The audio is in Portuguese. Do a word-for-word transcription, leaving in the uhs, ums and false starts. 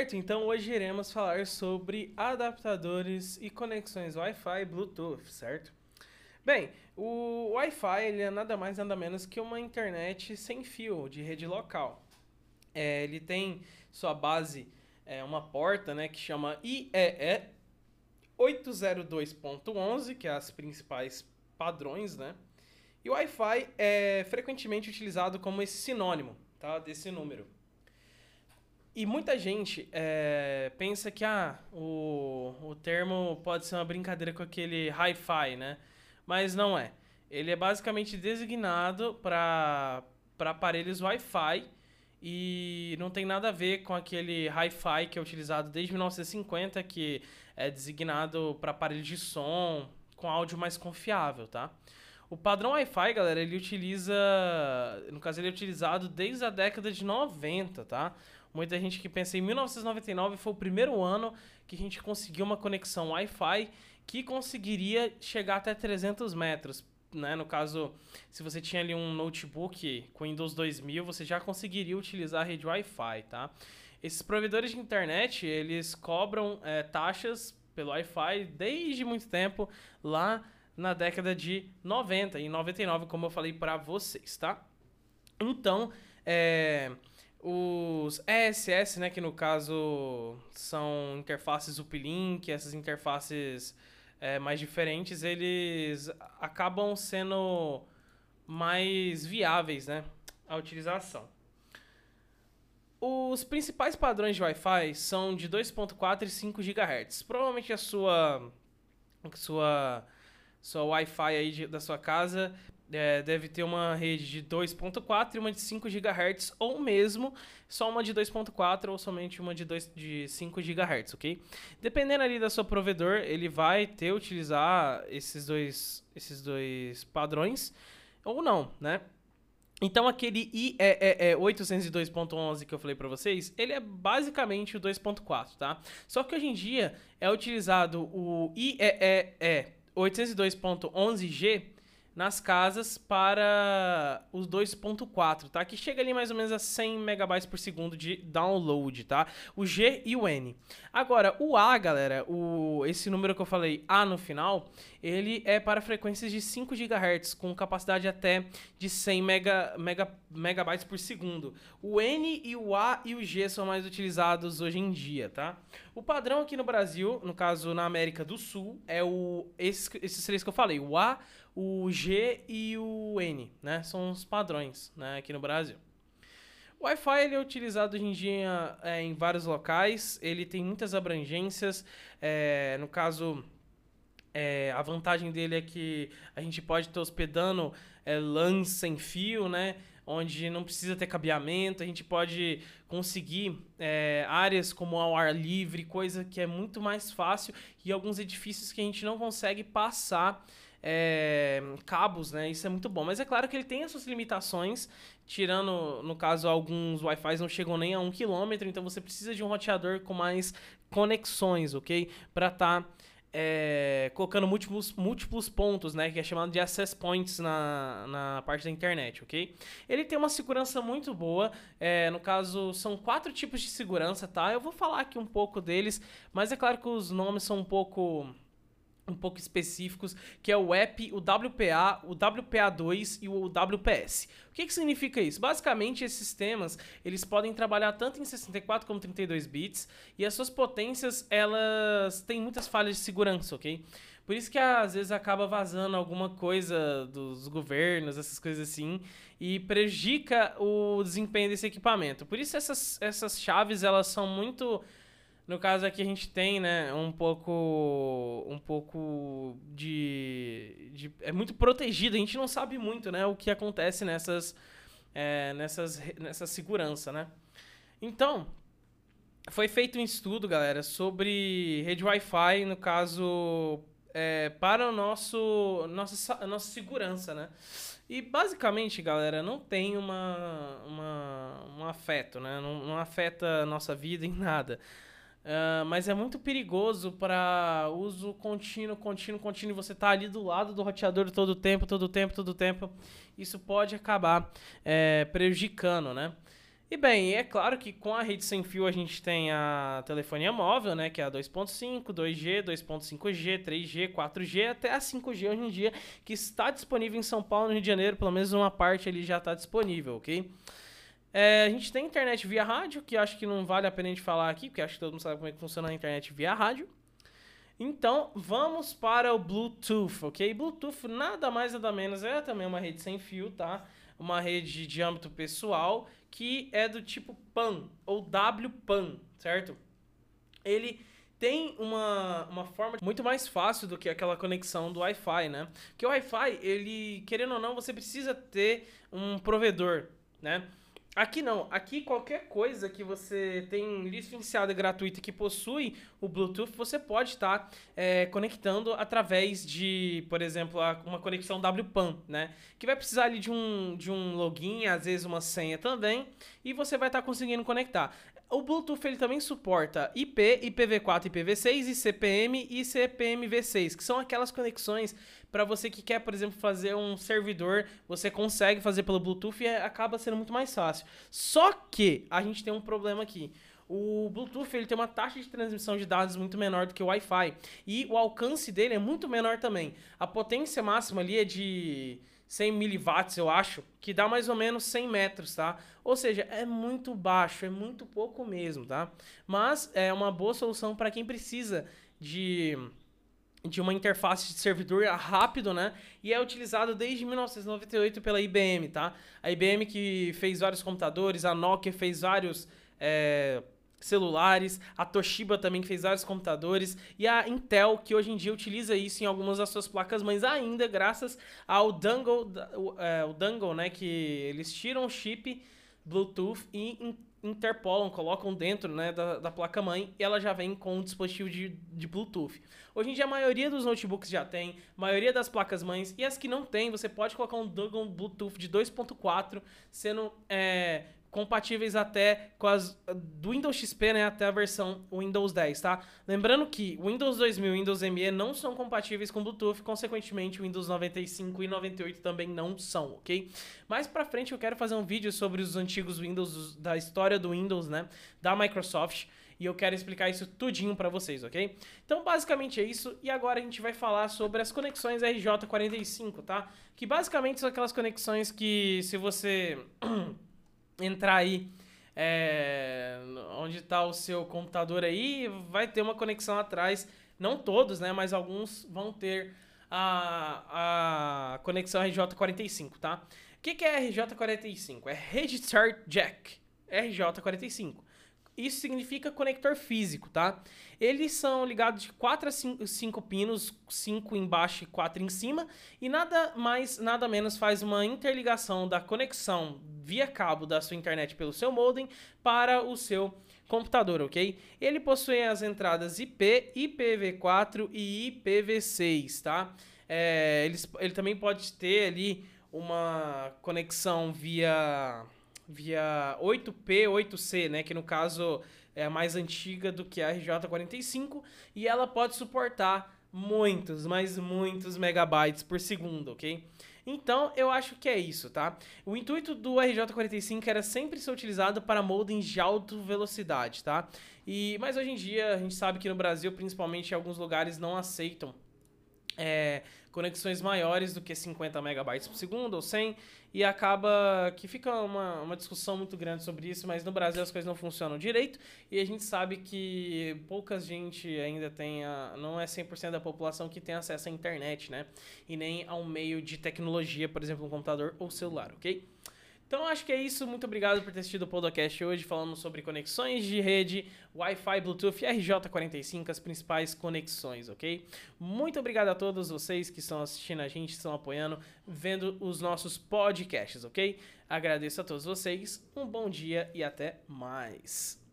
Certo, então hoje iremos falar sobre adaptadores e conexões Wi-Fi e Bluetooth, certo? Bem, o Wi-Fi ele é nada mais nada menos que uma internet sem fio de rede local. É, ele tem sua base, é, uma porta, né, que chama I E E oito zero dois ponto onze, que é as principais padrões, né? E o Wi-Fi é frequentemente utilizado como esse sinônimo, tá, desse número. E muita gente é, pensa que ah, o, o termo pode ser uma brincadeira com aquele hi-fi, né? Mas não é. Ele é basicamente designado para para aparelhos Wi-Fi e não tem nada a ver com aquele hi-fi que é utilizado desde mil novecentos e cinquenta, que é designado para aparelhos de som com áudio mais confiável, tá? O padrão Wi-Fi, galera, ele utiliza. No caso, ele é utilizado desde a década de noventa, tá? Muita gente que pensa em mil novecentos e noventa e nove foi o primeiro ano que a gente conseguiu uma conexão Wi-Fi que conseguiria chegar até trezentos metros. Né? No caso, se você tinha ali um notebook com Windows dois mil, você já conseguiria utilizar a rede Wi-Fi, tá? Esses provedores de internet, eles cobram é, taxas pelo Wi-Fi desde muito tempo, lá na década de noventa, em noventa e nove, como eu falei para vocês, tá? Então, é, os E S S, né, que no caso são interfaces uplink, essas interfaces é, mais diferentes, eles acabam sendo mais viáveis, né, a utilização. Os principais padrões de Wi-Fi são de dois ponto quatro e cinco gigahertz. Provavelmente a sua sua sua Wi-Fi aí de, da sua casa é, deve ter uma rede de dois ponto quatro e uma de cinco gigahertz, ou mesmo só uma de dois ponto quatro ou somente uma de, dois, de cinco gigahertz, ok? Dependendo ali da sua provedor, ele vai ter utilizar esses dois, esses dois padrões ou não, né? Então aquele I E E oitocentos e dois ponto onze que eu falei pra vocês, ele é basicamente o dois ponto quatro, tá? Só que hoje em dia é utilizado o I E E oitocentos e dois ponto onze G nas casas para os dois ponto quatro, tá? Que chega ali mais ou menos a cem megabytes por segundo de download, tá? O G e o N. Agora, o A, galera, o, esse número que eu falei, A no final, ele é para frequências de cinco gigahertz, com capacidade até de cem mega, mega, megabytes por segundo. O N e o A e o G são mais utilizados hoje em dia, tá? O padrão aqui no Brasil, no caso na América do Sul, é o esses, esses três que eu falei, o A, o G e o N, né? São os padrões, né, aqui no Brasil. O Wi-Fi ele é utilizado hoje em dia é, em vários locais, ele tem muitas abrangências, é, no caso, é, a vantagem dele é que a gente pode estar hospedando é, LANs sem fio, né? Onde não precisa ter cabeamento, a gente pode conseguir é, áreas como ao ar livre, coisa que é muito mais fácil, e alguns edifícios que a gente não consegue passar é, cabos, né? Isso é muito bom. Mas é claro que ele tem as suas limitações, tirando, no caso, alguns Wi-Fi não chegam nem a um quilômetro, então você precisa de um roteador com mais conexões, ok? Para estar... Tá É, colocando múltiplos, múltiplos pontos, né, que é chamado de access points na, na parte da internet, ok? Ele tem uma segurança muito boa, é, no caso são quatro tipos de segurança, tá? Eu vou falar aqui um pouco deles, mas é claro que os nomes são um pouco... um pouco específicos, que é o E P I, o W P A, o W P A dois e o W P S. O que que significa isso? Basicamente, esses sistemas, eles podem trabalhar tanto em sessenta e quatro como trinta e dois bits, e as suas potências, elas têm muitas falhas de segurança, ok? Por isso que às vezes acaba vazando alguma coisa dos governos, essas coisas assim, e prejudica o desempenho desse equipamento. Por isso essas, essas chaves, elas são muito... No caso aqui a gente tem, né, um pouco, um pouco de, de... É muito protegido, a gente não sabe muito, né, o que acontece nessas, é, nessas, nessa segurança, né. Então, foi feito um estudo, galera, sobre rede Wi-Fi, no caso, é, para o nosso, nossa, nossa segurança, né. E basicamente, galera, não tem uma, uma, um afeto, né, não, não afeta a nossa vida em nada. Uh, mas é muito perigoso para uso contínuo, contínuo, contínuo. Você tá ali do lado do roteador todo o tempo, todo o tempo, todo o tempo. Isso pode acabar é, prejudicando, né? E bem, é claro que com a rede sem fio a gente tem a telefonia móvel, né, que é a dois ponto cinco, dois G, dois ponto cinco G, três G, quatro G, até a cinco G hoje em dia, que está disponível em São Paulo, no Rio de Janeiro, pelo menos uma parte ali já está disponível, ok? É, a gente tem internet via rádio, que acho que não vale a pena a gente falar aqui, porque acho que todo mundo sabe como é que funciona a internet via rádio. Então, vamos para o Bluetooth, ok? Bluetooth nada mais nada menos é também uma rede sem fio, tá? Uma rede de âmbito pessoal que é do tipo PAN ou W PAN, certo? Ele tem uma, uma forma muito mais fácil do que aquela conexão do Wi-Fi, né? Porque o Wi-Fi, ele, querendo ou não, você precisa ter um provedor, né? Aqui não, aqui qualquer coisa que você tem licenciada gratuita que possui o Bluetooth, você pode estar é, conectando através de, por exemplo, uma conexão W PAN, né? Que vai precisar ali de um, de um login, às vezes uma senha também, e você vai estar conseguindo conectar. O Bluetooth ele também suporta I P, I P v quatro, I P v seis, e C P M e C P M v seis, que são aquelas conexões para você que quer, por exemplo, fazer um servidor, você consegue fazer pelo Bluetooth e acaba sendo muito mais fácil. Só que a gente tem um problema aqui. O Bluetooth ele tem uma taxa de transmissão de dados muito menor do que o Wi-Fi e o alcance dele é muito menor também. A potência máxima ali é de cem miliwatts, eu acho, que dá mais ou menos cem metros, tá? Ou seja, é muito baixo, é muito pouco mesmo, tá? Mas é uma boa solução para quem precisa de, de uma interface de servidor rápido, né? E é utilizado desde mil novecentos e noventa e oito pela I B M, tá? A I B M que fez vários computadores, a Nokia fez vários é, celulares, a Toshiba também que fez vários computadores e a Intel que hoje em dia utiliza isso em algumas das suas placas-mães ainda graças ao dongle, o, é, o dongle, né, que eles tiram o chip Bluetooth e interpolam, colocam dentro, né, da, da placa-mãe e ela já vem com um dispositivo de, de Bluetooth. Hoje em dia a maioria dos notebooks já tem, a maioria das placas-mães e as que não tem, você pode colocar um dongle Bluetooth de dois ponto quatro, sendo é, compatíveis até com as do Windows X P, né, até a versão Windows dez, tá? Lembrando que o Windows dois mil e Windows M E não são compatíveis com Bluetooth, consequentemente o Windows noventa e cinco e noventa e oito também não são, ok? Mais pra frente eu quero fazer um vídeo sobre os antigos Windows, da história do Windows, né, da Microsoft, e eu quero explicar isso tudinho pra vocês, ok? Então basicamente é isso, e agora a gente vai falar sobre as conexões R J quarenta e cinco, tá? Que basicamente são aquelas conexões que se você entrar aí é, onde está o seu computador aí, vai ter uma conexão atrás, não todos, né, mas alguns vão ter a, a conexão R J quarenta e cinco, tá? O que, que é R J quarenta e cinco? É Register Jack, R J quarenta e cinco. Isso significa conector físico, tá? Eles são ligados de quatro a cinco pinos, cinco embaixo e quatro em cima, e nada mais, nada menos faz uma interligação da conexão via cabo da sua internet pelo seu modem para o seu computador, ok? Ele possui as entradas I P, I P v quatro e I P v seis, tá? É, ele, ele também pode ter ali uma conexão via... via oito P, oito C, né, que no caso é a mais antiga do que a R J quarenta e cinco, e ela pode suportar muitos, mas muitos megabytes por segundo, ok? Então, eu acho que é isso, tá? O intuito do R J quarenta e cinco era sempre ser utilizado para modems de alta velocidade, tá? E, mas hoje em dia, a gente sabe que no Brasil, principalmente em alguns lugares, não aceitam É, conexões maiores do que cinquenta megabytes por segundo ou cem, e acaba que fica uma, uma discussão muito grande sobre isso, mas no Brasil as coisas não funcionam direito e a gente sabe que pouca gente ainda tem, a, não é cem por cento da população que tem acesso à internet, né? E nem a um meio de tecnologia, por exemplo, um computador ou celular, ok? Então acho que é isso, muito obrigado por ter assistido o podcast hoje falando sobre conexões de rede, Wi-Fi, Bluetooth e R J quarenta e cinco, as principais conexões, ok? Muito obrigado a todos vocês que estão assistindo a gente, estão apoiando, vendo os nossos podcasts, ok? Agradeço a todos vocês, um bom dia e até mais!